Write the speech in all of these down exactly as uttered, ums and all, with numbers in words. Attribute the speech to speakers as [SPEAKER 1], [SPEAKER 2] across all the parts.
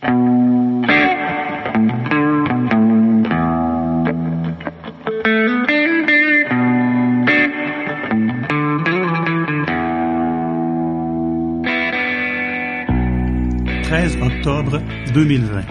[SPEAKER 1] treize octobre deux mille vingt.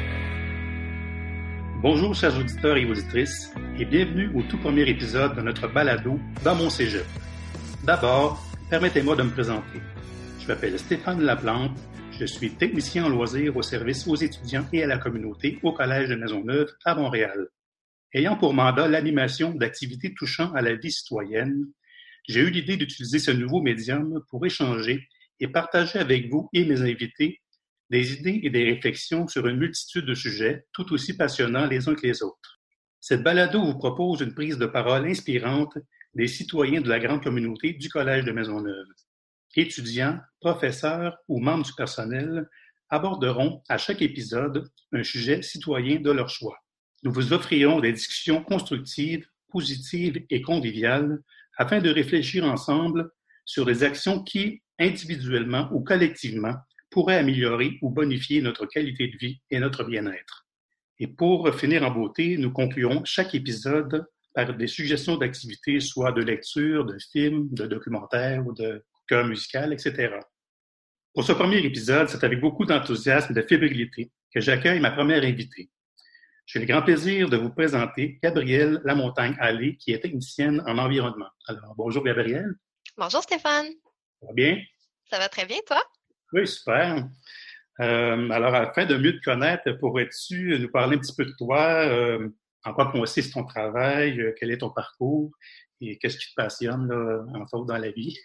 [SPEAKER 2] Bonjour chers auditeurs et auditrices et bienvenue au tout premier épisode de notre balado Dans mon cégep. D'abord, permettez-moi de me présenter. Je m'appelle Stéphane Laplante, je suis technicien en loisirs au service aux étudiants et à la communauté au Collège de Maisonneuve à Montréal. Ayant pour mandat l'animation d'activités touchant à la vie citoyenne, j'ai eu l'idée d'utiliser ce nouveau médium pour échanger et partager avec vous et mes invités des idées et des réflexions sur une multitude de sujets tout aussi passionnants les uns que les autres. Cette balado vous propose une prise de parole inspirante des citoyens de la grande communauté du Collège de Maisonneuve. Étudiants, professeurs ou membres du personnel aborderont à chaque épisode un sujet citoyen de leur choix. Nous vous offrirons des discussions constructives, positives et conviviales afin de réfléchir ensemble sur les actions qui, individuellement ou collectivement, pourrait améliorer ou bonifier notre qualité de vie et notre bien-être. Et pour finir en beauté, nous concluons chaque épisode par des suggestions d'activités, soit de lecture, de films, de documentaires ou de chœurs musicales, et cetera. Pour ce premier épisode, c'est avec beaucoup d'enthousiasme et de fébrilité que j'accueille ma première invitée. J'ai le grand plaisir de vous présenter Gabrielle Lamontagne-Allé, qui est technicienne en environnement. Alors, bonjour Gabrielle.
[SPEAKER 3] Bonjour Stéphane.
[SPEAKER 2] Ça va bien?
[SPEAKER 3] Ça va très bien, toi?
[SPEAKER 2] Oui, super. Euh, alors, afin de mieux te connaître, pourrais-tu nous parler un petit peu de toi, euh, en quoi consiste ton travail, euh, quel est ton parcours et qu'est-ce qui te passionne, là, entre autres, dans la vie?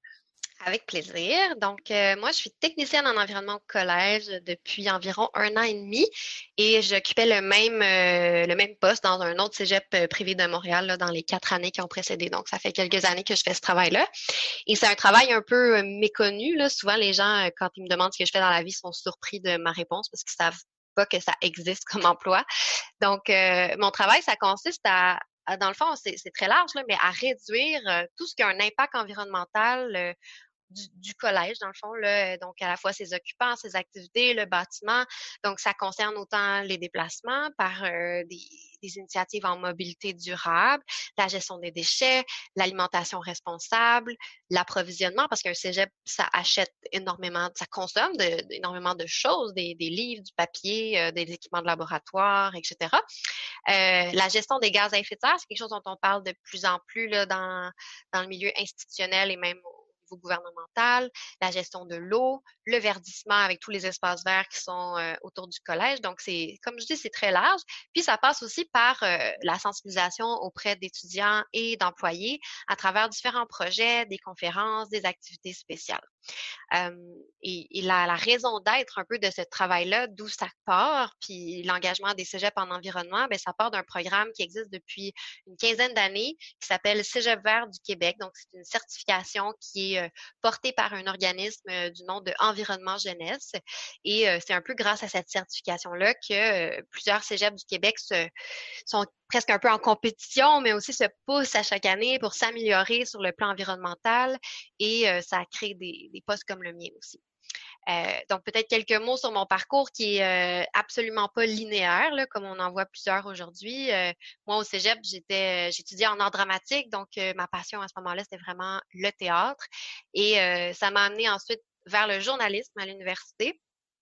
[SPEAKER 3] Avec plaisir. Donc, euh, moi, je suis technicienne en environnement au collège depuis environ un an et demi et j'occupais le même euh, le même poste dans un autre cégep privé de Montréal là, dans les quatre années qui ont précédé. Donc, ça fait quelques années que je fais ce travail-là. Et c'est un travail un peu euh, méconnu. Là. Souvent, les gens, euh, quand ils me demandent ce que je fais dans la vie, sont surpris de ma réponse parce qu'ils savent pas que ça existe comme emploi. Donc, euh, mon travail, ça consiste à dans le fond, c'est, c'est très large, là, mais à réduire euh, tout ce qui a un impact environnemental euh, Du, du collège, dans le fond, là, donc à la fois ses occupants, ses activités, le bâtiment. Donc, ça concerne autant les déplacements par euh, des, des initiatives en mobilité durable, la gestion des déchets, l'alimentation responsable, l'approvisionnement, parce qu'un cégep, ça achète énormément, ça consomme de, de, énormément de choses, des, des livres, du papier, euh, des équipements de laboratoire, et cetera. Euh, la gestion des gaz à effet de serre, c'est quelque chose dont on parle de plus en plus là, dans, dans le milieu institutionnel et même gouvernementale, la gestion de l'eau, le verdissement avec tous les espaces verts qui sont euh, autour du collège. Donc, c'est, comme je dis, c'est très large. Puis, ça passe aussi par euh, la sensibilisation auprès d'étudiants et d'employés à travers différents projets, des conférences, des activités spéciales. Euh, et, et la, la raison d'être un peu de ce travail-là, d'où ça part, puis l'engagement des cégeps en environnement, bien, ça part d'un programme qui existe depuis une quinzaine d'années qui s'appelle Cégep vert du Québec. Donc, c'est une certification qui est euh, portée par un organisme euh, du nom de Environnement Jeunesse. Et euh, c'est un peu grâce à cette certification-là que euh, plusieurs cégeps du Québec se, sont presque un peu en compétition, mais aussi se poussent à chaque année pour s'améliorer sur le plan environnemental et euh, ça crée des, des postes comme le mien aussi. Euh, donc, peut-être quelques mots sur mon parcours qui est euh, absolument pas linéaire, là, comme on en voit plusieurs aujourd'hui. Euh, moi, au cégep, j'étais, j'étudiais en art dramatique, donc euh, ma passion à ce moment-là, c'était vraiment le théâtre. Et euh, ça m'a amené ensuite vers le journalisme à l'université.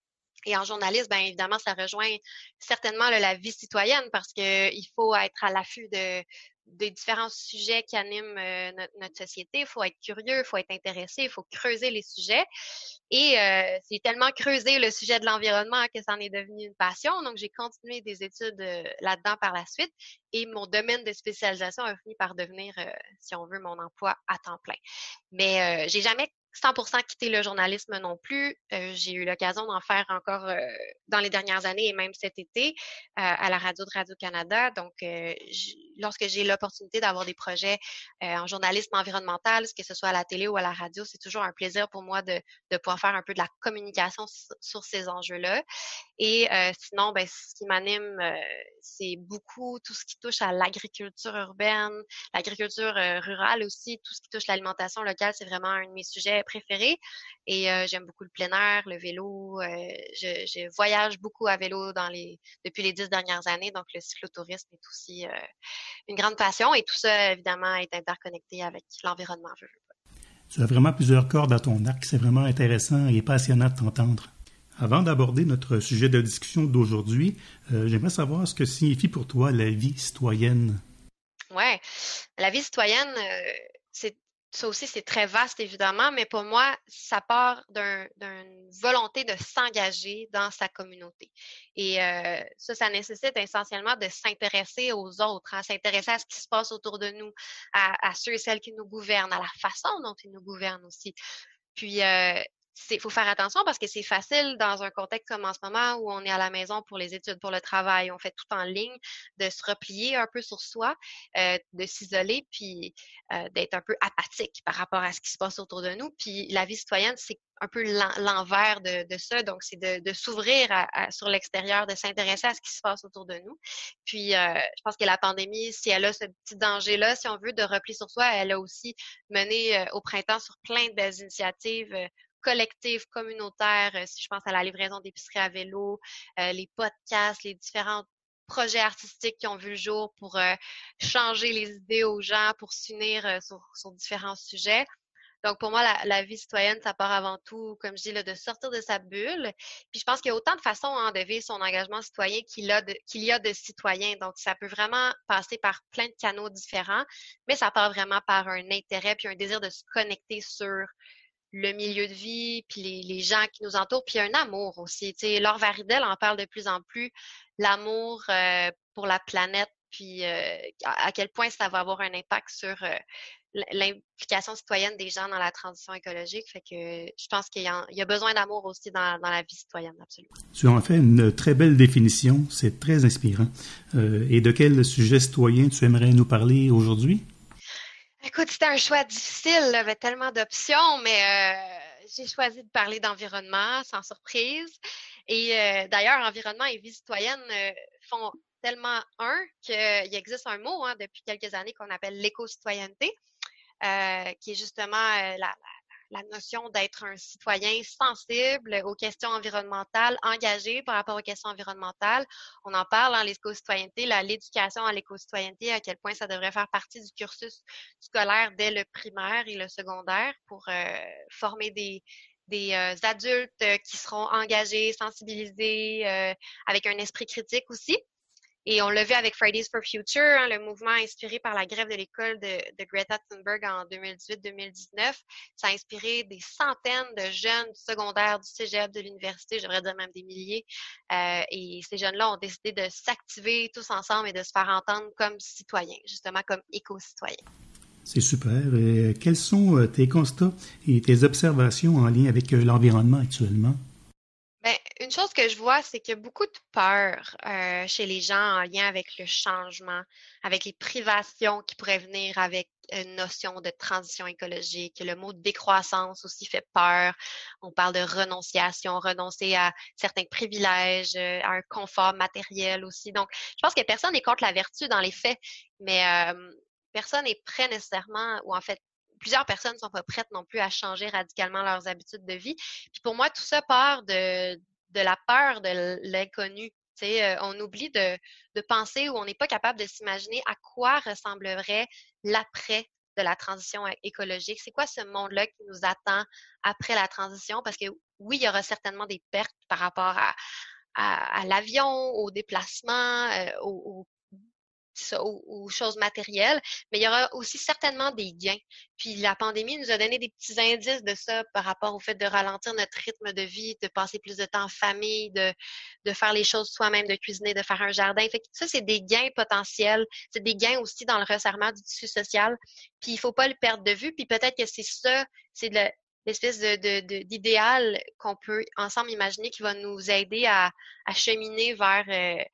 [SPEAKER 3] Et en journalisme, bien évidemment, ça rejoint certainement là, la vie citoyenne parce que il faut être à l'affût de des différents sujets qui animent euh, notre, notre société. Il faut être curieux, il faut être intéressé, il faut creuser les sujets. Et euh, c'est tellement creusé le sujet de l'environnement que ça en est devenu une passion. Donc, j'ai continué des études euh, là-dedans par la suite. Et mon domaine de spécialisation a fini par devenir, euh, si on veut, mon emploi à temps plein. Mais euh, j'ai jamais cent pour cent quitté le journalisme non plus. Euh, j'ai eu l'occasion d'en faire encore euh, dans les dernières années et même cet été euh, à la radio de Radio-Canada. Donc, euh, lorsque j'ai l'opportunité d'avoir des projets euh, en journalisme environnemental, que ce soit à la télé ou à la radio, c'est toujours un plaisir pour moi de, de pouvoir faire un peu de la communication sur, sur ces enjeux-là. Et euh, sinon, ben, ce qui m'anime, euh, c'est beaucoup tout ce qui touche à l'agriculture urbaine, l'agriculture euh, rurale aussi, tout ce qui touche l'alimentation locale, c'est vraiment un de mes sujets préférés. Et euh, j'aime beaucoup le plein air, le vélo. Euh, je, je voyage beaucoup à vélo dans les depuis les dix dernières années, donc le cyclotourisme est aussi euh, une grande passion. Et tout ça, évidemment, est interconnecté avec l'environnement.
[SPEAKER 1] Tu as vraiment plusieurs cordes à ton arc. C'est vraiment intéressant et passionnant de t'entendre. Avant d'aborder notre sujet de discussion d'aujourd'hui, euh, j'aimerais savoir ce que signifie pour toi la vie citoyenne.
[SPEAKER 3] Ouais, la vie citoyenne, euh, c'est ça aussi, c'est très vaste, évidemment, mais pour moi, ça part d'un, d'une volonté de s'engager dans sa communauté. Et euh, ça, ça nécessite essentiellement de s'intéresser aux autres, hein, s'intéresser à ce qui se passe autour de nous, à, à ceux et celles qui nous gouvernent, à la façon dont ils nous gouvernent aussi. Puis, euh, il faut faire attention parce que c'est facile dans un contexte comme en ce moment où on est à la maison pour les études, pour le travail, on fait tout en ligne, de se replier un peu sur soi, euh, de s'isoler, puis euh, d'être un peu apathique par rapport à ce qui se passe autour de nous. Puis la vie citoyenne, c'est un peu l'en- l'envers de, de ça. Donc, c'est de, de s'ouvrir à, à- sur l'extérieur, de s'intéresser à ce qui se passe autour de nous. Puis, euh, je pense que la pandémie, si elle a ce petit danger-là, si on veut, de repli sur soi, elle a aussi mené euh, au printemps sur plein de belles initiatives euh, collectives, communautaires, euh, si je pense à la livraison d'épicerie à vélo, euh, les podcasts, les différents projets artistiques qui ont vu le jour pour euh, changer les idées aux gens, pour s'unir euh, sur, sur différents sujets. Donc, pour moi, la, la vie citoyenne, ça part avant tout, comme je dis, là, de sortir de sa bulle. Puis, je pense qu'il y a autant de façons hein, de vivre son engagement citoyen qu'il, a de, qu'il y a de citoyens. Donc, ça peut vraiment passer par plein de canaux différents, mais ça part vraiment par un intérêt puis un désir de se connecter sur le milieu de vie, puis les, les gens qui nous entourent, puis un amour aussi. Tu sais, Laure Varidel en parle de plus en plus, l'amour euh, pour la planète, puis euh, à, à quel point ça va avoir un impact sur euh, l'implication citoyenne des gens dans la transition écologique. Fait que je pense qu'il y a, il y a besoin d'amour aussi dans, dans la vie citoyenne, absolument.
[SPEAKER 1] Tu as en fait une très belle définition, c'est très inspirant. Euh, et de quel sujet citoyen tu aimerais nous parler aujourd'hui?
[SPEAKER 3] Écoute, c'était un choix difficile, il y avait tellement d'options, mais euh, j'ai choisi de parler d'environnement, sans surprise. Et euh, d'ailleurs, environnement et vie citoyenne euh, font tellement un qu'il existe un mot hein, depuis quelques années qu'on appelle l'éco-citoyenneté, euh, qui est justement euh, la, la notion d'être un citoyen sensible aux questions environnementales, engagé par rapport aux questions environnementales. On en parle, hein, l'éco-citoyenneté, la, l'éducation à l'éco-citoyenneté, à quel point ça devrait faire partie du cursus scolaire dès le primaire et le secondaire pour euh, former des, des euh, adultes qui seront engagés, sensibilisés, euh, avec un esprit critique aussi. Et on l'a vu avec Fridays for Future, hein, le mouvement inspiré par la grève de l'école de, de Greta Thunberg en deux mille dix-huit deux mille dix-neuf. Ça a inspiré des centaines de jeunes du secondaire, du cégep, de l'université, je devrais dire même des milliers. Euh, et ces jeunes-là ont décidé de s'activer tous ensemble et de se faire entendre comme citoyens, justement comme éco-citoyens.
[SPEAKER 1] C'est super. Et quels sont tes constats et tes observations en lien avec l'environnement actuellement?
[SPEAKER 3] Ben, une chose que je vois, c'est qu'il y a beaucoup de peur euh, chez les gens en lien avec le changement, avec les privations qui pourraient venir avec une notion de transition écologique. Le mot décroissance aussi fait peur. On parle de renonciation, renoncer à certains privilèges, à un confort matériel aussi. Donc, je pense que personne n'est contre la vertu dans les faits, mais euh, personne n'est prêt nécessairement, ou en fait, plusieurs personnes ne sont pas prêtes non plus à changer radicalement leurs habitudes de vie. Puis pour moi, tout ça part de, de la peur de l'inconnu. Tu sais, euh, on oublie de, de penser ou on n'est pas capable de s'imaginer à quoi ressemblerait l'après de la transition écologique. C'est quoi ce monde-là qui nous attend après la transition? Parce que oui, il y aura certainement des pertes par rapport à, à, à l'avion, au déplacement, euh, au, au Ça, aux, aux choses matérielles, mais il y aura aussi certainement des gains. Puis la pandémie nous a donné des petits indices de ça par rapport au fait de ralentir notre rythme de vie, de passer plus de temps en famille, de, de faire les choses soi-même, de cuisiner, de faire un jardin. Fait que ça, c'est des gains potentiels. C'est des gains aussi dans le resserrement du tissu social. Puis il faut pas le perdre de vue. Puis peut-être que c'est ça, c'est le, l'espèce de, de, de, d'idéal qu'on peut ensemble imaginer qui va nous aider à, à cheminer vers... Euh,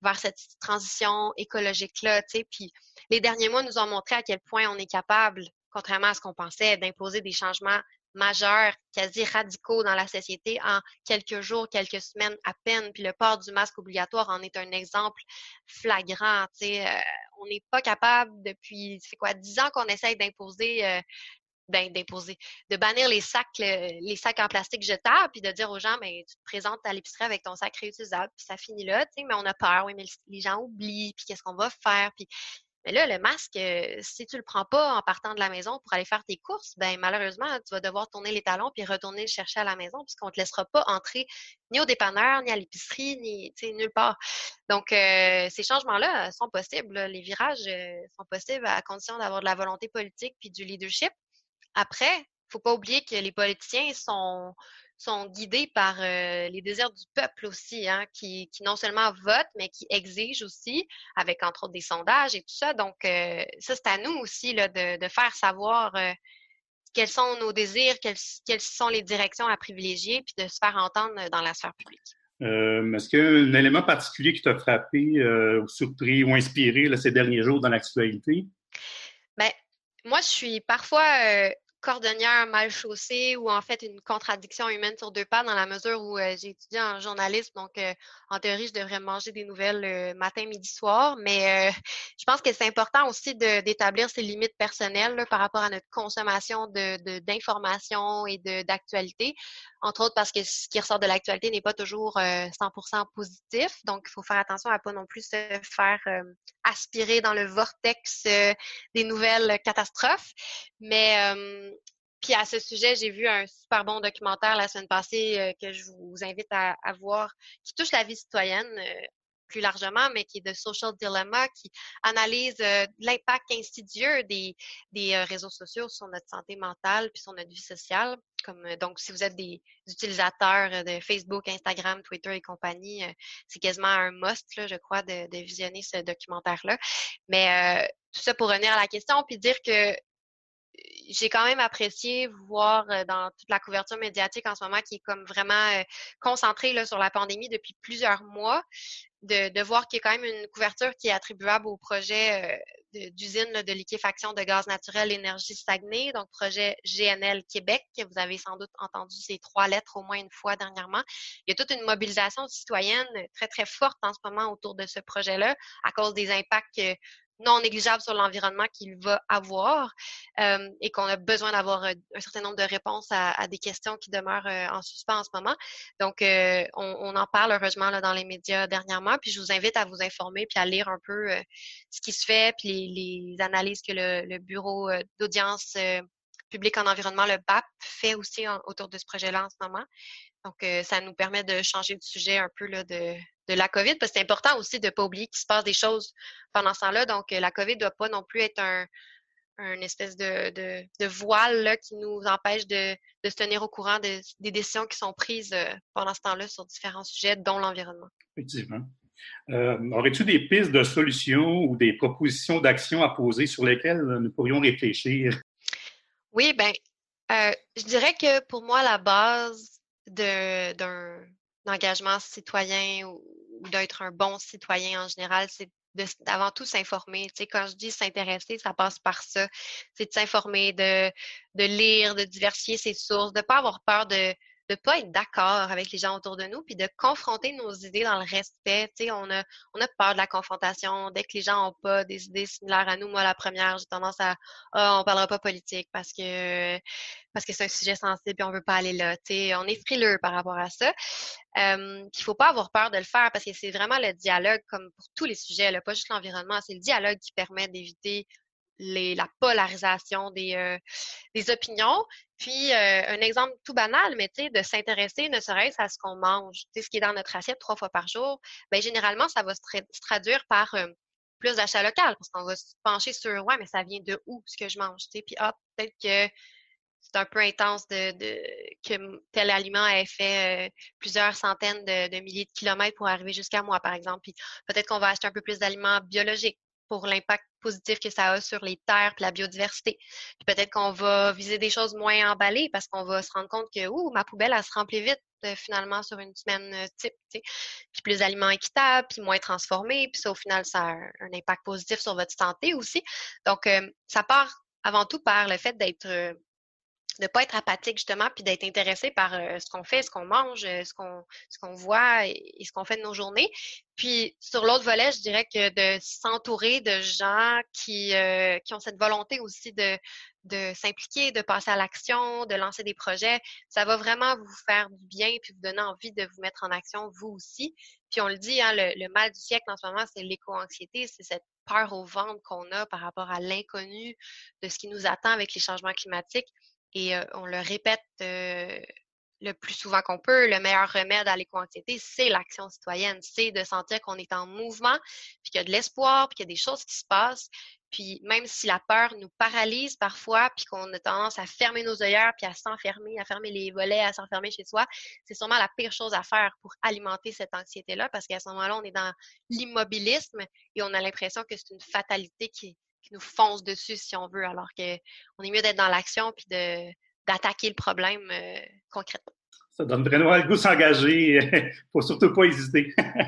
[SPEAKER 3] vers cette transition écologique-là, tu sais. Puis les derniers mois nous ont montré à quel point on est capable, contrairement à ce qu'on pensait, d'imposer des changements majeurs, quasi radicaux dans la société en quelques jours, quelques semaines à peine. Puis le port du masque obligatoire en est un exemple flagrant. Tu sais, euh, on n'est pas capable depuis, c'est quoi, dix ans qu'on essaye d'imposer, euh, ben, d'imposer, de bannir les sacs, le- les sacs en plastique jetables, puis de dire aux gens, ben, tu te présentes à l'épicerie avec ton sac réutilisable, puis ça finit là, tu sais, mais on a peur, oui, mais les gens oublient, puis qu'est-ce qu'on va faire, puis mais là, le masque, euh, si tu le prends pas en partant de la maison pour aller faire tes courses, ben malheureusement, tu vas devoir tourner les talons puis retourner le chercher à la maison puisqu'on te laissera pas entrer ni au dépanneur, ni à l'épicerie, ni tu sais, nulle part. Donc, euh, ces changements-là sont possibles, là. Les virages euh, sont possibles à condition d'avoir de la volonté politique puis du leadership. Après, faut pas oublier que les politiciens sont sont guidés par euh, les désirs du peuple aussi, hein, qui, qui non seulement votent, mais qui exigent aussi, avec entre autres des sondages et tout ça. Donc, euh, ça, c'est à nous aussi là, de, de faire savoir euh, quels sont nos désirs, quelles, quelles sont les directions à privilégier, puis de se faire entendre dans la sphère publique.
[SPEAKER 2] Euh, est-ce qu'il y a un élément particulier qui t'a frappé, euh, ou surpris ou inspiré là, ces derniers jours dans l'actualité?
[SPEAKER 3] Ben, moi, je suis parfois euh, cordonnière mal chaussée ou en fait une contradiction humaine sur deux pas dans la mesure où euh, j'ai étudié en journalisme. Donc, euh, en théorie, je devrais manger des nouvelles euh, matin, midi, soir. Mais euh, je pense que c'est important aussi de, d'établir ses limites personnelles là, par rapport à notre consommation de, de, d'informations et de, d'actualité. Entre autres parce que ce qui ressort de l'actualité n'est pas toujours euh, cent pour cent positif. Donc, il faut faire attention à pas non plus se faire euh, aspirer dans le vortex euh, des nouvelles catastrophes. Mais euh, puis à ce sujet, j'ai vu un super bon documentaire la semaine passée euh, que je vous invite à, à voir, qui touche la vie citoyenne euh, plus largement, mais qui est de Social Dilemma, qui analyse euh, l'impact insidieux des, des euh, réseaux sociaux sur notre santé mentale puis sur notre vie sociale. Comme, euh, donc, si vous êtes des utilisateurs de Facebook, Instagram, Twitter et compagnie, euh, c'est quasiment un must, là, je crois, de, de visionner ce documentaire-là. Mais euh, tout ça pour revenir à la question, puis dire que j'ai quand même apprécié voir euh, dans toute la couverture médiatique en ce moment qui est comme vraiment euh, concentrée là, sur la pandémie depuis plusieurs mois, de, de voir qu'il y a quand même une couverture qui est attribuable au projet euh, de, d'usine là, de liquéfaction de gaz naturel énergie Saguenay, donc projet G N L Québec, que vous avez sans doute entendu ces trois lettres au moins une fois dernièrement. Il y a toute une mobilisation citoyenne très, très forte en ce moment autour de ce projet-là à cause des impacts euh, non négligeable sur l'environnement qu'il va avoir euh, et qu'on a besoin d'avoir euh, un certain nombre de réponses à, à des questions qui demeurent euh, en suspens en ce moment. Donc, euh, on, on en parle heureusement là, dans les médias dernièrement, puis je vous invite à vous informer puis à lire un peu euh, ce qui se fait puis les, les analyses que le, le Bureau euh, d'audience euh, publique en environnement, le B A P, fait aussi en, autour de ce projet-là en ce moment. Donc, euh, ça nous permet de changer de sujet un peu là, de, de la COVID, parce que c'est important aussi de ne pas oublier qu'il se passe des choses pendant ce temps-là. Donc, euh, la COVID ne doit pas non plus être un, un espèce de, de, de voile là, qui nous empêche de, de se tenir au courant de, des décisions qui sont prises euh, pendant ce temps-là sur différents sujets, dont l'environnement.
[SPEAKER 2] Effectivement. Euh, aurais-tu des pistes de solutions ou des propositions d'action à poser sur lesquelles nous pourrions réfléchir?
[SPEAKER 3] Oui, ben, euh, je dirais que pour moi, la base de, d'un engagement citoyen ou, ou d'être un bon citoyen en général, c'est de, d'avant tout s'informer. Tu sais, quand je dis s'intéresser, ça passe par ça. C'est de s'informer, de, de lire, de diversifier ses sources, de pas avoir peur de de pas être d'accord avec les gens autour de nous, puis de confronter nos idées dans le respect. Tu sais, on a, on a peur de la confrontation. Dès que les gens ont pas des idées similaires à nous, moi, la première, j'ai tendance à, ah, on parlera pas politique parce que, parce que c'est un sujet sensible et on veut pas aller là. Tu sais, on est frileux par rapport à ça. Euh, il faut pas avoir peur de le faire parce que c'est vraiment le dialogue, comme pour tous les sujets, là, pas juste l'environnement, c'est le dialogue qui permet d'éviter les, la polarisation des, euh, des opinions. Puis, euh, un exemple tout banal, mais tu sais, de s'intéresser ne serait-ce à ce qu'on mange, tu sais, ce qui est dans notre assiette trois fois par jour, bien, généralement, ça va se, tra- se traduire par euh, plus d'achat local, parce qu'on va se pencher sur, ouais, mais ça vient de où, ce que je mange, tu sais, puis ah, peut-être que c'est un peu intense de, de que tel aliment ait fait euh, plusieurs centaines de, de milliers de kilomètres pour arriver jusqu'à moi, par exemple. Puis peut-être qu'on va acheter un peu plus d'aliments biologiques pour l'impact positif que ça a sur les terres et la biodiversité. Puis peut-être qu'on va viser des choses moins emballées parce qu'on va se rendre compte que ouh, ma poubelle, elle se remplit vite euh, finalement sur une semaine euh, type, tu sais. Puis plus d'aliments équitables, puis moins transformés, puis ça, au final, ça a un, un impact positif sur votre santé aussi. Donc, euh, ça part avant tout par le fait d'être euh, de pas être apathique justement, puis d'être intéressé par euh, ce qu'on fait, ce qu'on mange, euh, ce qu'on ce qu'on voit et, et ce qu'on fait de nos journées. Puis sur l'autre volet, je dirais que de s'entourer de gens qui euh, qui ont cette volonté aussi de de s'impliquer, de passer à l'action, de lancer des projets, ça va vraiment vous faire du bien puis vous donner envie de vous mettre en action vous aussi. Puis on le dit, hein, le, le mal du siècle en ce moment, c'est l'éco-anxiété, c'est cette peur au ventre qu'on a par rapport à l'inconnu de ce qui nous attend avec les changements climatiques. Et euh, on le répète euh, le plus souvent qu'on peut, le meilleur remède à l'éco-anxiété, c'est l'action citoyenne, c'est de sentir qu'on est en mouvement, puis qu'il y a de l'espoir, puis qu'il y a des choses qui se passent. Puis même si la peur nous paralyse parfois, puis qu'on a tendance à fermer nos œillères, puis à s'enfermer, à fermer les volets, à s'enfermer chez soi, c'est sûrement la pire chose à faire pour alimenter cette anxiété-là, parce qu'à ce moment-là, on est dans l'immobilisme et on a l'impression que c'est une fatalité qui, qui nous fonce dessus, si on veut, alors que on est mieux d'être dans l'action puis de d'attaquer le problème euh, concrètement.
[SPEAKER 2] Ça donne vraiment le goût de s'engager. Il faut surtout pas hésiter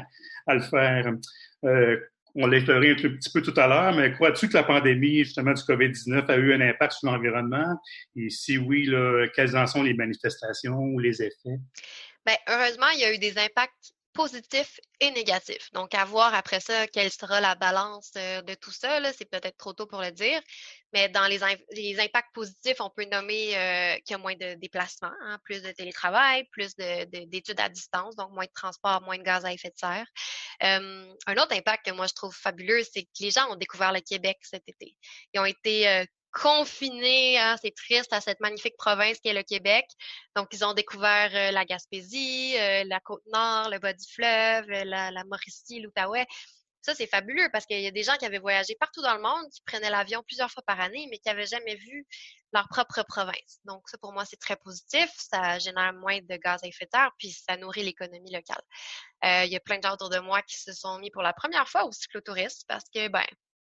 [SPEAKER 2] à le faire. Euh, on l'a effleuré un petit peu tout à l'heure, mais crois-tu que la pandémie, justement, du covid dix-neuf a eu un impact sur l'environnement? Et si oui, là, quelles en sont les manifestations ou les effets?
[SPEAKER 3] Bien, heureusement, il y a eu des impacts positifs et négatifs. Donc, à voir après ça quelle sera la balance euh, de tout ça. Là, c'est peut-être trop tôt pour le dire. Mais dans les, les impacts positifs, on peut nommer euh, qu'il y a moins de déplacements, hein, plus de télétravail, plus de, de, d'études à distance, donc moins de transport, moins de gaz à effet de serre. Euh, un autre impact que moi je trouve fabuleux, c'est que les gens ont découvert le Québec cet été. Ils ont été euh, confinés, hein, c'est triste, à cette magnifique province qu'est le Québec. Donc, ils ont découvert euh, la Gaspésie, euh, la Côte-Nord, le bas du fleuve, euh, la, la Mauricie, l'Outaouais. Ça, c'est fabuleux parce qu'il y a des gens qui avaient voyagé partout dans le monde, qui prenaient l'avion plusieurs fois par année, mais qui n'avaient jamais vu leur propre province. Donc, ça, pour moi, c'est très positif. Ça génère moins de gaz à effet de serre, puis ça nourrit l'économie locale. Euh, il y a plein de gens autour de moi qui se sont mis pour la première fois au cyclotourisme parce que, ben,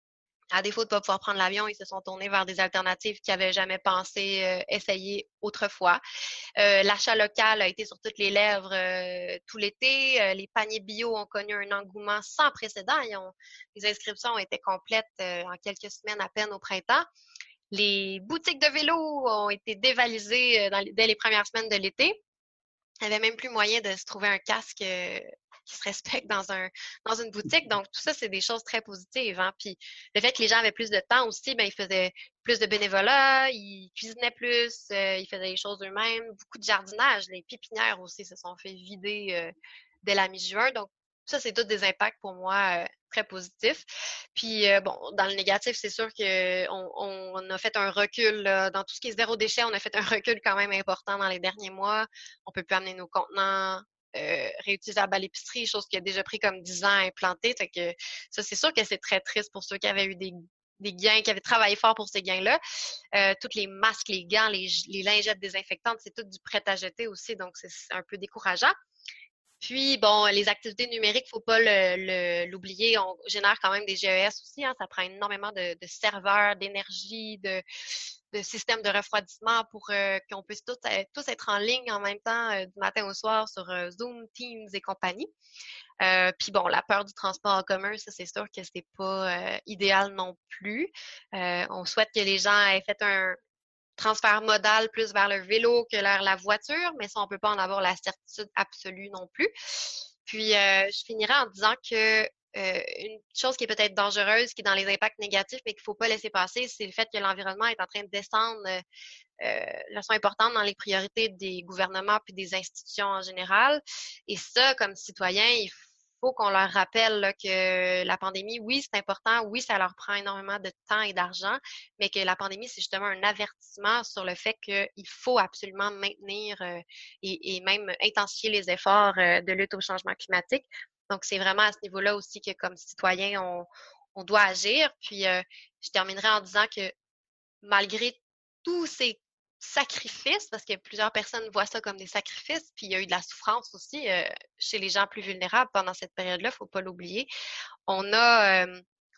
[SPEAKER 3] à défaut de ne pas pouvoir prendre l'avion, ils se sont tournés vers des alternatives qu'ils n'avaient jamais pensé euh, essayer autrefois. Euh, l'achat local a été sur toutes les lèvres euh, tout l'été. Euh, les paniers bio ont connu un engouement sans précédent. Ils ont, les inscriptions étaient complètes euh, en quelques semaines à peine au printemps. Les boutiques de vélo ont été dévalisées euh, dans, dès les premières semaines de l'été. Il n'y avait même plus moyen de se trouver un casque euh, qui se respecte dans un dans une boutique. Donc, tout ça, c'est des choses très positives. Hein? Puis, le fait que les gens avaient plus de temps aussi, ben ils faisaient plus de bénévolat, ils cuisinaient plus, euh, ils faisaient les choses eux-mêmes, beaucoup de jardinage. Les pépinières aussi se sont fait vider euh, dès la mi-juin. Donc, ça, c'est tous des impacts pour moi euh, très positifs. Puis, euh, bon, dans le négatif, c'est sûr qu'on on a fait un recul là, dans tout ce qui est zéro déchet. On a fait un recul quand même important dans les derniers mois. On peut plus amener nos contenants euh, réutilisables à l'épicerie, chose qui a déjà pris comme dix ans à implanter. Fait que ça, c'est sûr que c'est très triste pour ceux qui avaient eu des des gains, qui avaient travaillé fort pour ces gains-là. Euh, toutes les masques, les gants, les, les lingettes désinfectantes, c'est tout du prêt à jeter aussi, donc c'est un peu décourageant. Puis, bon, les activités numériques, faut pas le, le, l'oublier, on génère quand même des G E S aussi, hein, ça prend énormément de, de serveurs, d'énergie, de, de systèmes de refroidissement pour euh, qu'on puisse tous, tous être en ligne en même temps euh, du matin au soir sur euh, Zoom, Teams et compagnie. Euh, puis bon, la peur du transport en commun, ça c'est sûr que c'est pas euh, idéal non plus. Euh, on souhaite que les gens aient fait un transfert modal plus vers le vélo que vers la voiture, mais ça, on peut pas en avoir la certitude absolue non plus. Puis, euh, je finirai en disant que euh, une chose qui est peut-être dangereuse, qui est dans les impacts négatifs, mais qu'il faut pas laisser passer, c'est le fait que l'environnement est en train de descendre euh, leçon importante dans les priorités des gouvernements puis des institutions en général. Et ça, comme citoyen, il faut qu'on leur rappelle là, que la pandémie, oui, c'est important, oui, ça leur prend énormément de temps et d'argent, mais que la pandémie, c'est justement un avertissement sur le fait qu'il faut absolument maintenir euh, et, et même intensifier les efforts euh, de lutte au changement climatique. Donc, c'est vraiment à ce niveau-là aussi que, comme citoyen, on, on doit agir. Puis, euh, je terminerai en disant que malgré tous ces sacrifices, parce que plusieurs personnes voient ça comme des sacrifices, puis il y a eu de la souffrance aussi euh, chez les gens plus vulnérables pendant cette période-là, faut pas l'oublier. On a, euh,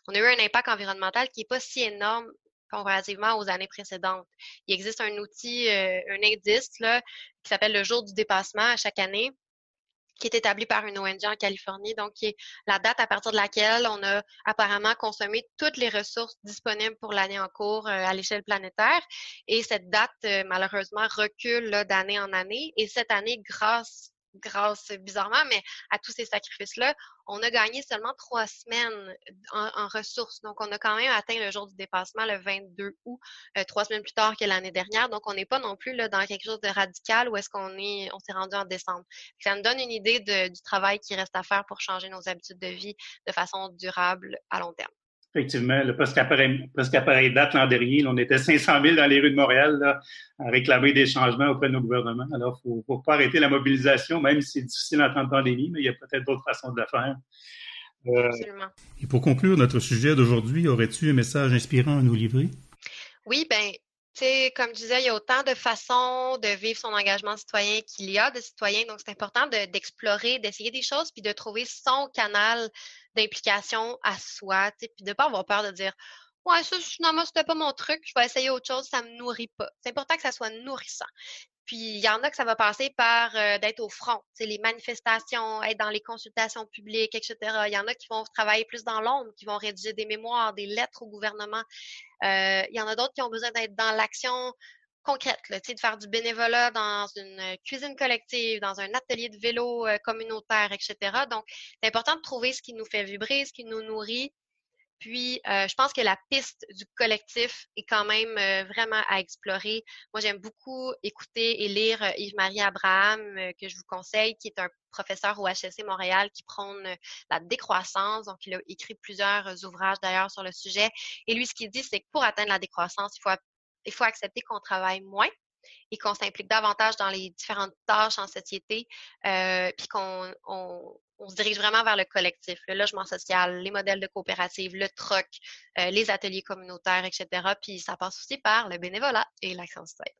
[SPEAKER 3] on a eu un impact environnemental qui n'est pas si énorme comparativement aux années précédentes. Il existe un outil, euh, un indice là, qui s'appelle le jour du dépassement à chaque année, qui est établi par une O N G en Californie, donc qui est la date à partir de laquelle on a apparemment consommé toutes les ressources disponibles pour l'année en cours euh, à l'échelle planétaire. Et cette date, euh, malheureusement, recule là, d'année en année. Et cette année, grâce grâce bizarrement, mais à tous ces sacrifices-là, on a gagné seulement trois semaines en, en ressources. Donc, on a quand même atteint le jour du dépassement le vingt-deux août, euh, trois semaines plus tard que l'année dernière. Donc, on n'est pas non plus là, dans quelque chose de radical où est-ce qu'on est, on s'est rendu en décembre. Ça nous donne une idée de, du travail qui reste à faire pour changer nos habitudes de vie de façon durable à long terme.
[SPEAKER 2] Effectivement, là, presque, à pareille, presque à pareille date l'an dernier, là, on était cinq cent mille dans les rues de Montréal là, à réclamer des changements auprès de nos gouvernements. Alors, il ne faut pas arrêter la mobilisation, même si c'est difficile en temps de pandémie, mais il y a peut-être d'autres façons de la faire.
[SPEAKER 3] Euh... Absolument.
[SPEAKER 1] Et pour conclure notre sujet d'aujourd'hui, aurais-tu un message inspirant à nous livrer?
[SPEAKER 3] Oui, bien, tu sais, comme je disais, il y a autant de façons de vivre son engagement citoyen qu'il y a de citoyens, donc c'est important de, d'explorer, d'essayer des choses, puis de trouver son canal d'implication à soi, tu sais, puis de ne pas avoir peur de dire « Ouais, ça, finalement, c'était pas mon truc, je vais essayer autre chose, ça me nourrit pas. » C'est important que ça soit nourrissant. Puis, il y en a que ça va passer par euh, d'être au front, tu sais, les manifestations, être dans les consultations publiques, et cetera. Il y en a qui vont travailler plus dans l'ombre, qui vont rédiger des mémoires, des lettres au gouvernement. Euh, il y en a d'autres qui ont besoin d'être dans l'action concrète, là, tu sais, de faire du bénévolat dans une cuisine collective, dans un atelier de vélo euh, communautaire, et cetera. Donc, c'est important de trouver ce qui nous fait vibrer, ce qui nous nourrit. Puis, euh, je pense que la piste du collectif est quand même euh, vraiment à explorer. Moi, j'aime beaucoup écouter et lire euh, Yves-Marie Abraham, euh, que je vous conseille, qui est un professeur au H E C Montréal qui prône euh, la décroissance. Donc, il a écrit plusieurs euh, ouvrages d'ailleurs sur le sujet. Et lui, ce qu'il dit, c'est que pour atteindre la décroissance, il faut, il faut accepter qu'on travaille moins et qu'on s'implique davantage dans les différentes tâches en société, euh, puis qu'on on, on se dirige vraiment vers le collectif, le logement social, les modèles de coopérative, le troc, euh, les ateliers communautaires, et cetera. Puis ça passe aussi par le bénévolat et l'action citoyenne.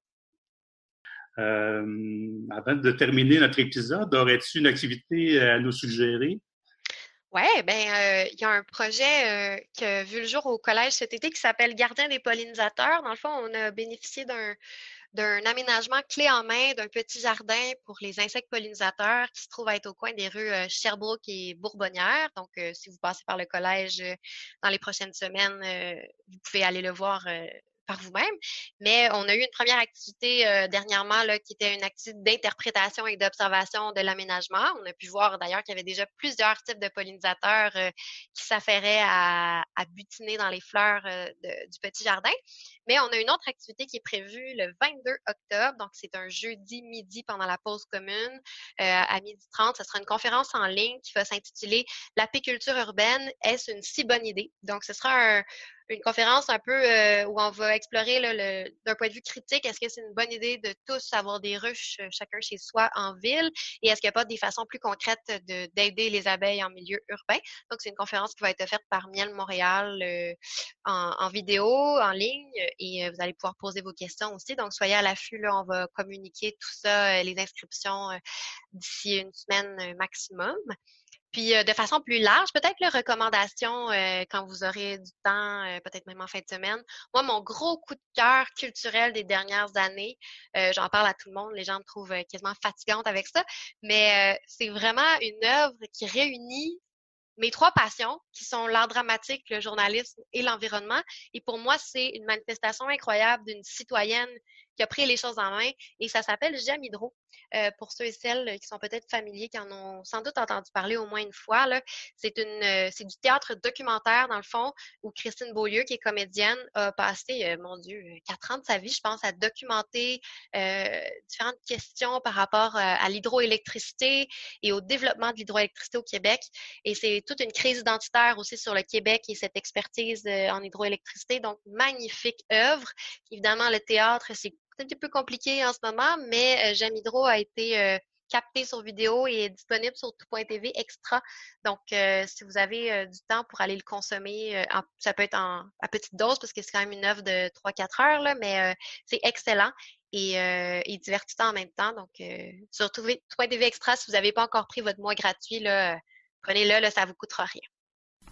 [SPEAKER 2] Euh, avant de terminer notre épisode, aurais-tu une activité à nous suggérer?
[SPEAKER 3] Oui, ben euh, il y a un projet euh, qui a vu le jour au collège cet été qui s'appelle Gardien des pollinisateurs. Dans le fond, on a bénéficié d'un d'un aménagement clé en main d'un petit jardin pour les insectes pollinisateurs qui se trouve à être au coin des rues euh, Sherbrooke et Bourbonnière. Donc, euh, si vous passez par le collège euh, dans les prochaines semaines, euh, vous pouvez aller le voir euh, par vous-même. Mais on a eu une première activité euh, dernièrement là, qui était une activité d'interprétation et d'observation de l'aménagement. On a pu voir d'ailleurs qu'il y avait déjà plusieurs types de pollinisateurs euh, qui s'affairaient à, à butiner dans les fleurs euh, de, du petit jardin. Mais on a une autre activité qui est prévue le vingt-deux octobre. Donc, c'est un jeudi midi pendant la pause commune euh, à midi trente. Ce sera une conférence en ligne qui va s'intituler « L'apiculture urbaine, est-ce une si bonne idée? » Donc, ce sera un une conférence un peu euh, où on va explorer là, le, d'un point de vue critique, est-ce que c'est une bonne idée de tous avoir des ruches euh, chacun chez soi en ville et est-ce qu'il n'y a pas des façons plus concrètes de, d'aider les abeilles en milieu urbain? Donc, c'est une conférence qui va être offerte par Miel Montréal euh, en, en vidéo, en ligne et euh, vous allez pouvoir poser vos questions aussi. Donc, soyez à l'affût, là, on va communiquer tout ça, euh, les inscriptions euh, d'ici une semaine euh, maximum. Puis, euh, de façon plus large, peut-être les recommandations euh, quand vous aurez du temps, euh, peut-être même en fin de semaine. Moi, mon gros coup de cœur culturel des dernières années, euh, j'en parle à tout le monde, les gens me trouvent euh, quasiment fatigante avec ça, mais euh, c'est vraiment une œuvre qui réunit mes trois passions, qui sont l'art dramatique, le journalisme et l'environnement. Et pour moi, c'est une manifestation incroyable d'une citoyenne qui a pris les choses en main. Et ça s'appelle J'aime Hydro. Euh, pour ceux et celles qui sont peut-être familiers, qui en ont sans doute entendu parler au moins une fois, là, c'est une, euh, c'est du théâtre documentaire, dans le fond, où Christine Beaulieu, qui est comédienne, a passé, euh, mon Dieu, quatre ans de sa vie, je pense, à documenter euh, différentes questions par rapport euh, à l'hydroélectricité et au développement de l'hydroélectricité au Québec. Et c'est toute une crise identitaire aussi sur le Québec et cette expertise euh, en hydroélectricité. Donc, magnifique œuvre. Évidemment, le théâtre, c'est un petit peu compliqué en ce moment, mais euh, J'aime Hydro a été euh, capté sur vidéo et est disponible sur tout point t v extra. Donc, euh, si vous avez euh, du temps pour aller le consommer, euh, en, ça peut être en, à petite dose parce que c'est quand même une œuvre de trois à quatre heures, là, mais euh, c'est excellent et, euh, et divertissant en même temps. Donc, euh, sur tout point t v extra, si vous n'avez pas encore pris votre mois gratuit, là, euh, prenez-le, là, ça ne vous coûtera rien.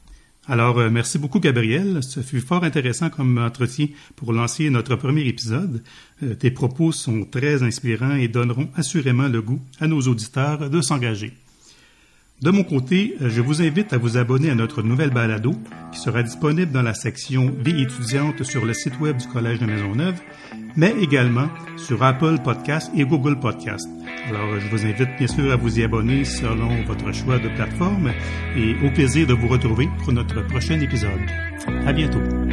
[SPEAKER 1] Alors, euh, merci beaucoup, Gabriel. Ce fut fort intéressant comme entretien pour lancer notre premier épisode. Euh, tes propos sont très inspirants et donneront assurément le goût à nos auditeurs de s'engager. De mon côté, je vous invite à vous abonner à notre nouvelle balado qui sera disponible dans la section Vie étudiante sur le site web du Collège de Maisonneuve, mais également sur Apple Podcasts et Google Podcasts. Alors, je vous invite bien sûr à vous y abonner selon votre choix de plateforme et au plaisir de vous retrouver pour notre prochain épisode. À bientôt.